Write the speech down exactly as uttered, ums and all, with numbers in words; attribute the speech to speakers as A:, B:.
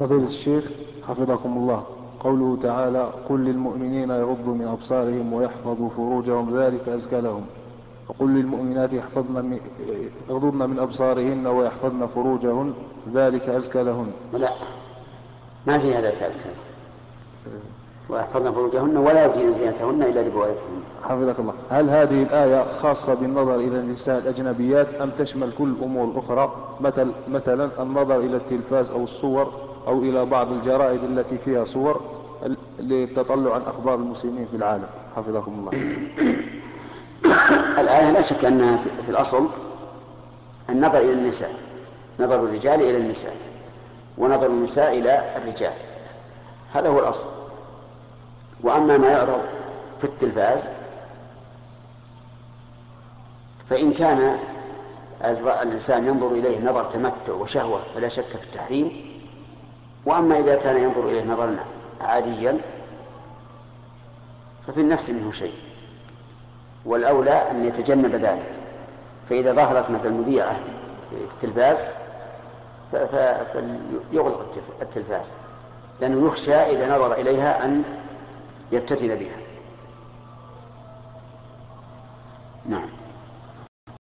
A: فضيلة الشيخ حفظكم الله، قوله تعالى: قل للمؤمنين يغضوا من أبصارهم ويحفظوا فروجهم ذلك أزكى لهم، وقل للمؤمنات يحفظن يغضضن من أبصارهن ويحفظن فروجهن ذلك أزكى لهن.
B: لا، ما في هذا أزكى ويحفظن فروجهن ولا يبدين زينتهن إلا لبوالدهن.
A: حفظك الله، هل هذه الآية خاصة بالنظر إلى النساء الأجنبيات أم تشمل كل الأمور الأخرى، مثل مثلا النظر إلى التلفاز أو الصور أو إلى بعض الجرائد التي فيها صور للتطلع عن أخبار المسلمين في العالم؟ حفظكم الله.
B: الآية لا شك أنها في الأصل النظر إلى النساء، نظر الرجال إلى النساء ونظر النساء إلى الرجال، هذا هو الأصل. وأما ما يعرض في التلفاز فإن كان الإنسان ينظر إليه نظر تمتع وشهوة فلا شك في التحريم، وأما إذا كان ينظر إليه نظرا عاديا ففي النفس منه شيء، والأولى أن يتجنب ذلك. فإذا ظهرت مثل المذيعة في التلفاز فليغلق التلفاز، لأنه يخشى إذا نظر إليها أن يفتتن بها. نعم.